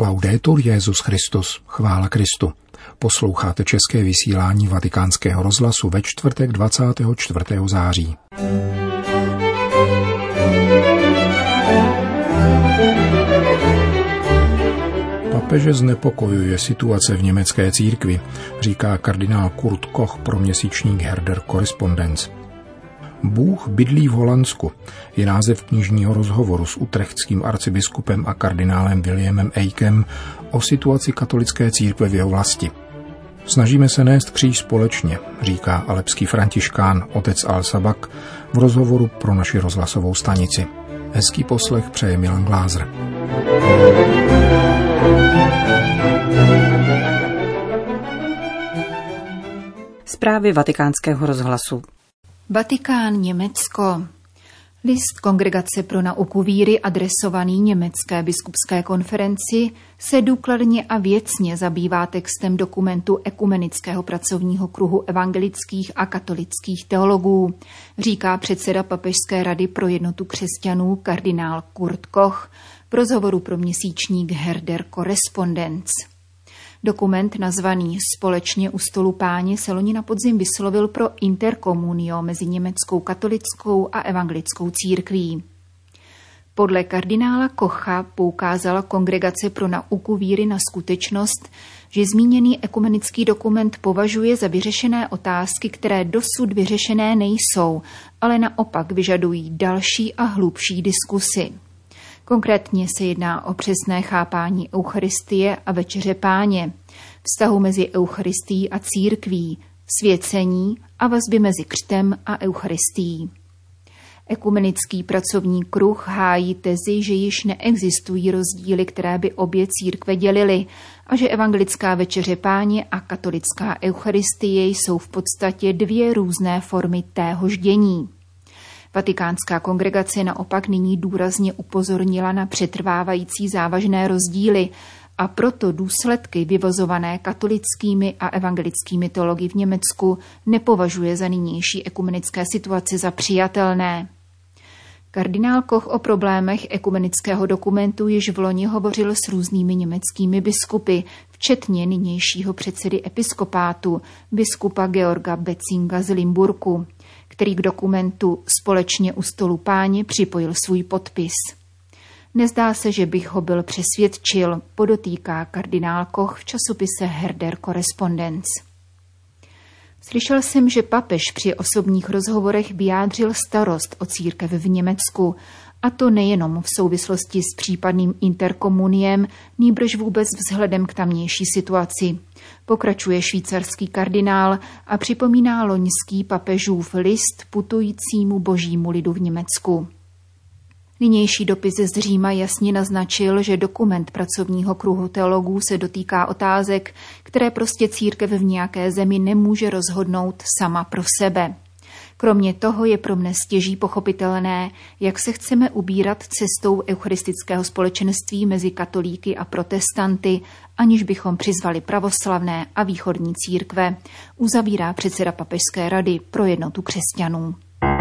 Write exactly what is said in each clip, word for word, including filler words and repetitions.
Laudetur Jesus Christus, chvála Kristu. Posloucháte české vysílání Vatikánského rozhlasu ve čtvrtek dvacátého čtvrtého září. Papeže znepokojuje situace v německé církvi, říká kardinál Kurt Koch pro měsíčník Herder Correspondence. Bůh bydlí v Holandsku je název knižního rozhovoru s utrechtským arcibiskupem a kardinálem Williamem Eyckem o situaci katolické církve v jeho vlasti. Snažíme se nést kříž společně, říká alepský františkán otec Al-Sabak v rozhovoru pro naši rozhlasovou stanici. Hezký poslech přeje Milan Glázer. Zprávy Vatikánského rozhlasu. Vatikán, Německo. List Kongregace pro nauku víry adresovaný Německé biskupské konferenci se důkladně a věcně zabývá textem dokumentu Ekumenického pracovního kruhu evangelických a katolických teologů, říká předseda Papežské rady pro jednotu křesťanů kardinál Kurt Koch v rozhovoru pro měsíčník Herder Correspondence. Dokument nazvaný Společně u stolu Páně se loni na podzim vyslovil pro interkomunio mezi německou katolickou a evangelickou církví. Podle kardinála Kocha poukázala Kongregace pro nauku víry na skutečnost, že zmíněný ekumenický dokument považuje za vyřešené otázky, které dosud vyřešené nejsou, ale naopak vyžadují další a hlubší diskusy. Konkrétně se jedná o přesné chápání Eucharistie a Večeře Páně, vztahu mezi Eucharistií a církví, svěcení a vazby mezi křtem a Eucharistií. Ekumenický pracovní kruh hájí tezi, že již neexistují rozdíly, které by obě církve dělily, a že evangelická Večeře Páně a katolická Eucharistie jsou v podstatě dvě různé formy téhož dění. Vatikánská kongregace naopak nyní důrazně upozornila na přetrvávající závažné rozdíly a proto důsledky vyvozované katolickými a evangelickými teology v Německu nepovažuje za nynější ekumenické situaci za přijatelné. Kardinál Koch o problémech ekumenického dokumentu již v loni hovořil s různými německými biskupy, včetně nynějšího předsedy episkopátu, biskupa Georga Bezinga z Limburku, který k dokumentu Společně u stolu Páně připojil svůj podpis. Nezdá se, že bych ho byl přesvědčil, podotýká kardinál Koch v časopise Herder Correspondence. Slyšel jsem, že papež při osobních rozhovorech vyjádřil starost o církev v Německu, a to nejenom v souvislosti s případným interkomuniem, nýbrž vůbec vzhledem k tamnější situaci. Pokračuje švýcarský kardinál a připomíná loňský papežův list putujícímu božímu lidu v Německu. Nynější dopis z Říma jasně naznačil, že dokument pracovního kruhu teologů se dotýká otázek, které prostě církev v nějaké zemi nemůže rozhodnout sama pro sebe. Kromě toho je pro mne stěží pochopitelné, jak se chceme ubírat cestou eucharistického společenství mezi katolíky a protestanty, aniž bychom přizvali pravoslavné a východní církve, uzavírá předseda Papežské rady pro jednotu křesťanů.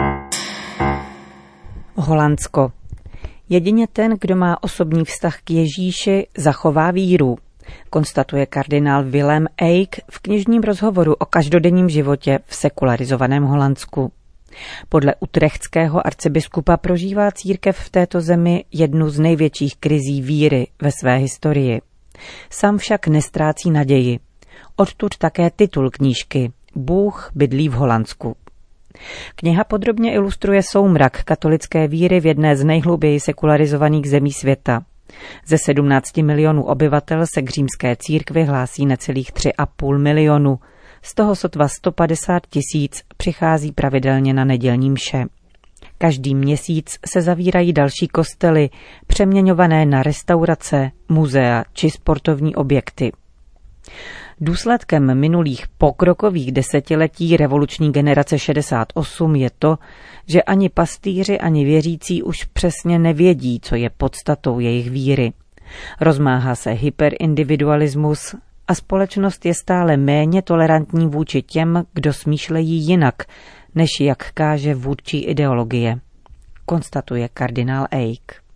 Holandsko. Jedině ten, kdo má osobní vztah k Ježíši, zachová víru, konstatuje kardinál Willem Eyck v knižním rozhovoru o každodenním životě v sekularizovaném Holandsku. Podle utrechtského arcibiskupa prožívá církev v této zemi jednu z největších krizí víry ve své historii. Sám však nestrácí naději. Odtud také titul knížky Bůh bydlí v Holandsku. Kniha podrobně ilustruje soumrak katolické víry v jedné z nejhlouběji sekularizovaných zemí světa. Ze sedmnácti milionů obyvatel se k římské církvi hlásí necelých tři a půl milionu. Z toho sotva sto padesát tisíc přichází pravidelně na nedělní mše. Každý měsíc se zavírají další kostely, přeměňované na restaurace, muzea či sportovní objekty. Důsledkem minulých pokrokových desetiletí revoluční generace šedesát osm je to, že ani pastýři, ani věřící už přesně nevědí, co je podstatou jejich víry. Rozmáhá se hyperindividualismus a společnost je stále méně tolerantní vůči těm, kdo smýšlejí jinak, než jak káže vůdčí ideologie, konstatuje kardinál Eyck.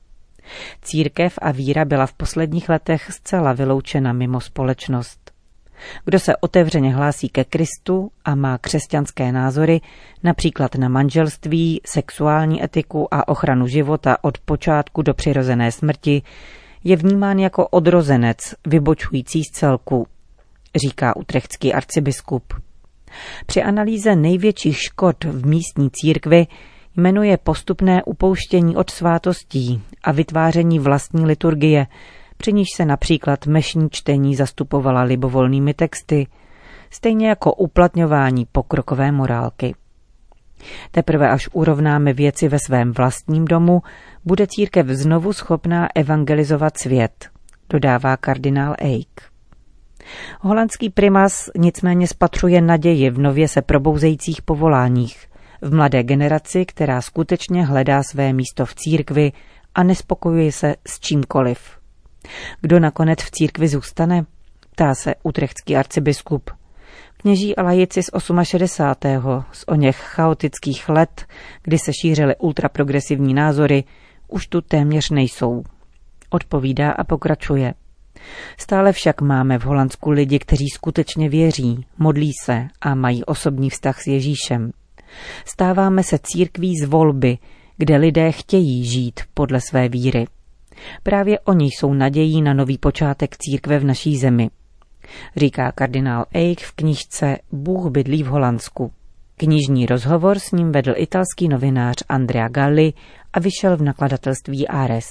Církev a víra byla v posledních letech zcela vyloučena mimo společnost. Kdo se otevřeně hlásí ke Kristu a má křesťanské názory, například na manželství, sexuální etiku a ochranu života od počátku do přirozené smrti, je vnímán jako odrozenec, vybočující z celku, říká utrechtský arcibiskup. Při analýze největších škod v místní církvi jmenuje postupné upouštění od svátostí a vytváření vlastní liturgie, při níž se například mešní čtení zastupovala libovolnými texty, stejně jako uplatňování pokrokové morálky. Teprve až urovnáme věci ve svém vlastním domu, bude církev znovu schopná evangelizovat svět, dodává kardinál Eyck. Holandský primas nicméně spatřuje naději v nově se probouzejících povoláních, v mladé generaci, která skutečně hledá své místo v církvi a nespokojuje se s čímkoliv. Kdo nakonec v církvi zůstane? Ptá se utrechtský arcibiskup. Kněží a laici z šedesátého osmého, z oněch chaotických let, kdy se šířily ultraprogresivní názory, už tu téměř nejsou. Odpovídá a pokračuje. Stále však máme v Holandsku lidi, kteří skutečně věří, modlí se a mají osobní vztah s Ježíšem. Stáváme se církví z volby, kde lidé chtějí žít podle své víry. Právě oni jsou nadějí na nový počátek církve v naší zemi, říká kardinál Eyck v knížce Bůh bydlí v Holandsku. Knižní rozhovor s ním vedl italský novinář Andrea Galli a vyšel v nakladatelství Ares.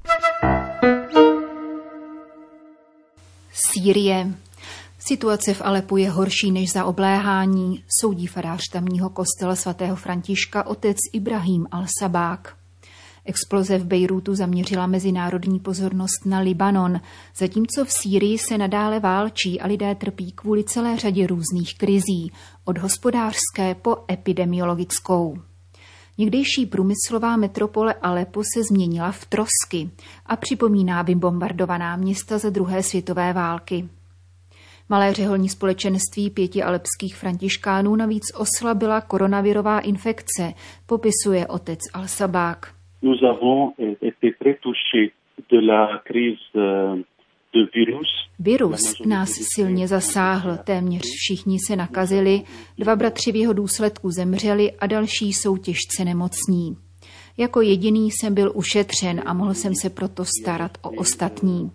Sýrie. Situace v Alepu je horší než za obléhání, soudí farář tamního kostela svatého Františka otec Ibrahim al-Sabák. Exploze v Bejrútu zaměřila mezinárodní pozornost na Libanon, zatímco v Sýrii se nadále válčí a lidé trpí kvůli celé řadě různých krizí, od hospodářské po epidemiologickou. Někdejší průmyslová metropole Alepo se změnila v trosky a připomíná vybombardovaná města za druhé světové války. Malé řeholní společenství pěti alepských františkánů navíc oslabila koronavirová infekce, popisuje otec al-Sabák. Nous avons été très touchés de la crise de virus. Virus nás silně zasáhl, téměř všichni se nakazili, dva bratři v jeho důsledku zemřeli a další jsou těžce nemocní. Jako jediný jsem byl ušetřen a mohl jsem se proto starat o ostatní.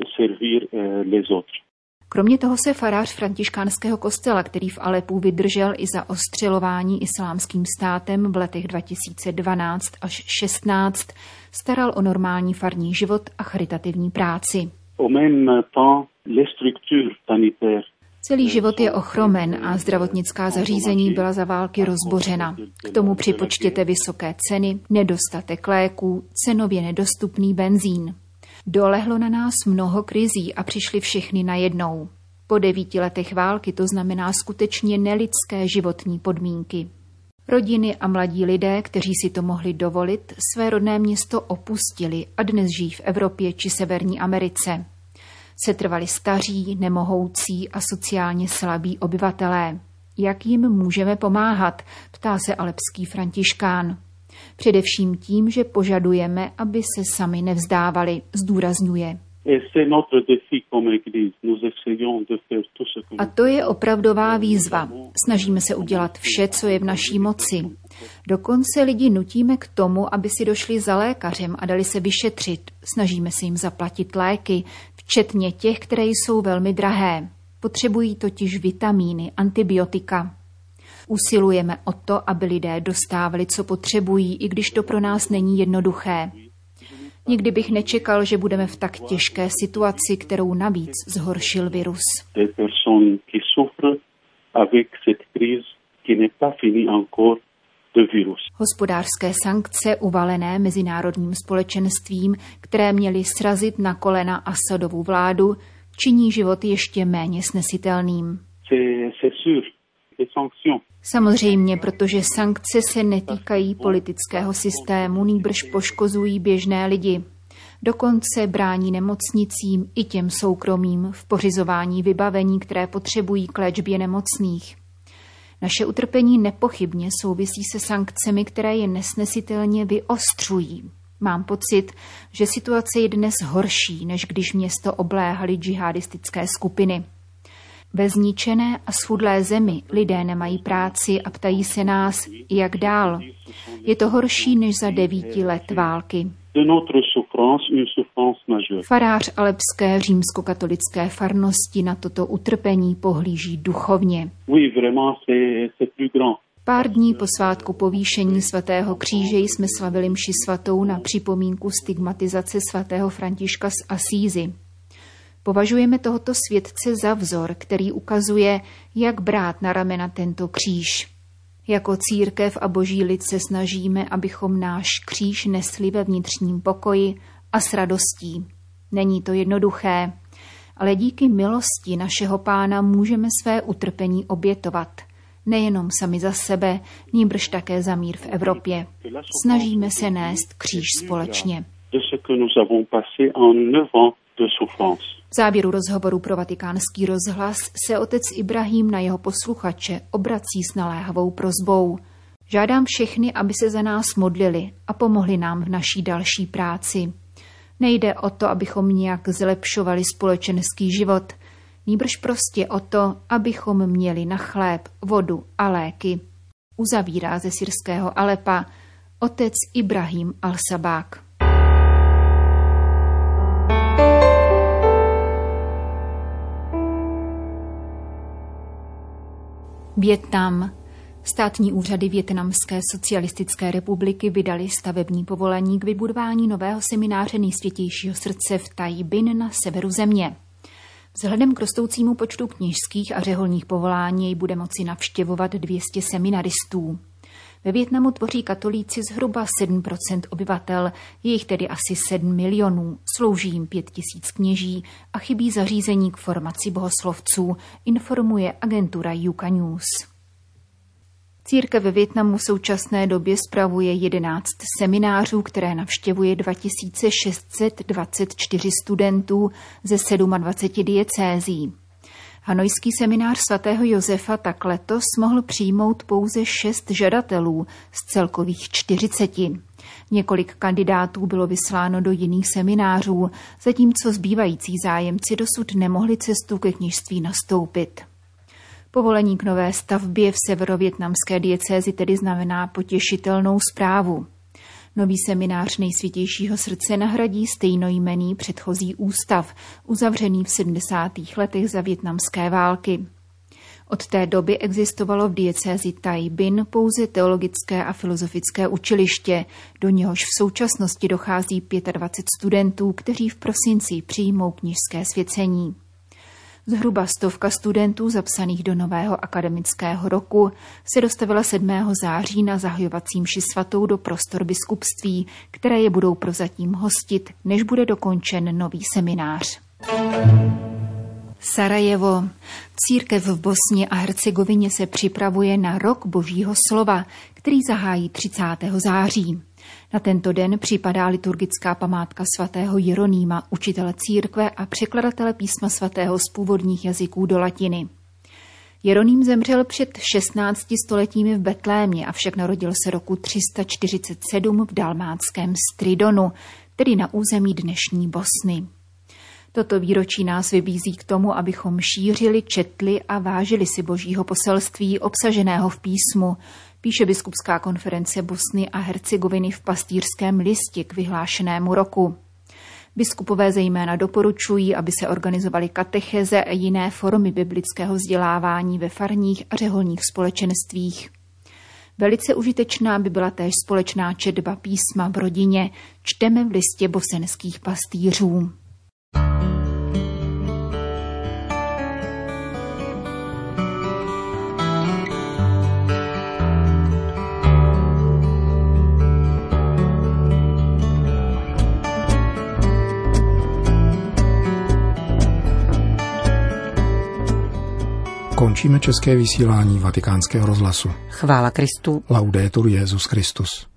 Kromě toho se farář františkánského kostela, který v Alepu vydržel i za ostřelování islámským státem v letech dva tisíce dvanáct až šestnáct, staral o normální farní život a charitativní práci. Celý život je ochromen a zdravotnická zařízení byla za války rozbořena. K tomu připočtěte vysoké ceny, nedostatek léků, cenově nedostupný benzín. Dolehlo na nás mnoho krizí a přišly všechny najednou. Po devíti letech války to znamená skutečně nelidské životní podmínky. Rodiny a mladí lidé, kteří si to mohli dovolit, své rodné město opustili a dnes žijí v Evropě či Severní Americe. Setrvali staří, nemohoucí a sociálně slabí obyvatelé. Jak jim můžeme pomáhat, ptá se alepský františkán. Především tím, že požadujeme, aby se sami nevzdávali, zdůrazňuje. A to je opravdová výzva. Snažíme se udělat vše, co je v naší moci. Dokonce lidi nutíme k tomu, aby si došli za lékařem a dali se vyšetřit. Snažíme se jim zaplatit léky, včetně těch, které jsou velmi drahé. Potřebují totiž vitamíny, antibiotika. Usilujeme o to, aby lidé dostávali, co potřebují, i když to pro nás není jednoduché. Nikdy bych nečekal, že budeme v tak těžké situaci, kterou navíc zhoršil virus. Hospodářské sankce uvalené mezinárodním společenstvím, které měly srazit na kolena Asadovu vládu, činí život ještě méně snesitelným. Samozřejmě, protože sankce se netýkají politického systému, nýbrž poškozují běžné lidi. Dokonce brání nemocnicím i těm soukromým v pořizování vybavení, které potřebují k léčbě nemocných. Naše utrpení nepochybně souvisí se sankcemi, které je nesnesitelně vyostřují. Mám pocit, že situace je dnes horší, než když město obléhaly džihadistické skupiny. Ve zničené a schudlé zemi lidé nemají práci a ptají se nás, jak dál. Je to horší než za devíti let války. Farář alepské římskokatolické farnosti na toto utrpení pohlíží duchovně. Pár dní po svátku povýšení svatého kříže jsme slavili mši svatou na připomínku stigmatizace svatého Františka z Asízy. Považujeme tohoto světce za vzor, který ukazuje, jak brát na ramena tento kříž. Jako církev a boží lid se snažíme, abychom náš kříž nesli ve vnitřním pokoji a s radostí. Není to jednoduché, ale díky milosti našeho Pána můžeme své utrpení obětovat. Nejenom sami za sebe, nýbrž také za mír v Evropě. Snažíme se nést kříž společně. V závěru rozhovoru pro Vatikánský rozhlas se otec Ibrahim na jeho posluchače obrací s naléhavou prosbou. Žádám všechny, aby se za nás modlili a pomohli nám v naší další práci. Nejde o to, abychom nějak zlepšovali společenský život, nýbrž prostě o to, abychom měli na chléb, vodu a léky. Uzavírá ze syrského Alepa otec Ibrahim al-Sabák. Vietnam. Státní úřady Vietnamské socialistické republiky vydali stavební povolení k vybudování nového semináře Nejsvětějšího srdce v Tai Binh na severu země. Vzhledem k rostoucímu počtu kněžských a řeholních povolání jej bude moci navštěvovat dvě stě seminaristů. Ve Vietnamu tvoří katolíci zhruba sedm procent obyvatel, je jich tedy asi sedm milionů, slouží jim pět tisíc kněží a chybí zařízení k formaci bohoslovců, informuje agentura Yuka News. Církev ve Vietnamu v současné době spravuje jedenáct seminářů, které navštěvuje dva tisíce šest set dvacet čtyři studentů ze dvaceti sedmi diecézí. Hanojský seminář svatého Josefa tak letos mohl přijmout pouze šest žadatelů z celkových čtyřiceti. Několik kandidátů bylo vysláno do jiných seminářů, zatímco zbývající zájemci dosud nemohli cestu ke kněžství nastoupit. Povolení k nové stavbě v severovietnamské diecézi tedy znamená potěšitelnou zprávu. Nový seminář Nejsvětějšího srdce nahradí stejnojmenný předchozí ústav, uzavřený v sedmdesátých letech za vietnamské války. Od té doby existovalo v diecézi Tai Binh pouze teologické a filozofické učiliště, do něhož v současnosti dochází dvacet pět studentů, kteří v prosinci přijmou kněžské svěcení. Zhruba stovka studentů zapsaných do nového akademického roku se dostavila sedmého září na zahajovací mši svatou do prostor biskupství, které je budou prozatím hostit, než bude dokončen nový seminář. Sarajevo. Církev v Bosně a Hercegovině se připravuje na rok Božího slova, který zahájí třicátého září. Na tento den připadá liturgická památka svatého Jeronýma, učitele církve a překladatele písma svatého z původních jazyků do latiny. Jeroným zemřel před šestnácti stoletími v Betlémě, avšak narodil se roku tři sta čtyřicet sedm v dalmátském Stridonu, tedy na území dnešní Bosny. Toto výročí nás vybízí k tomu, abychom šířili, četli a vážili si Božího poselství obsaženého v písmu, píše Biskupská konference Bosny a Hercegoviny v pastýřském listě k vyhlášenému roku. Biskupové zejména doporučují, aby se organizovaly katecheze a jiné formy biblického vzdělávání ve farních a řeholních společenstvích. Velice užitečná by byla též společná četba písma v rodině, čteme v listě bosenských pastýřů. Končíme české vysílání Vatikánského rozhlasu. Chvála Kristu. Laudetur Jesus Christus.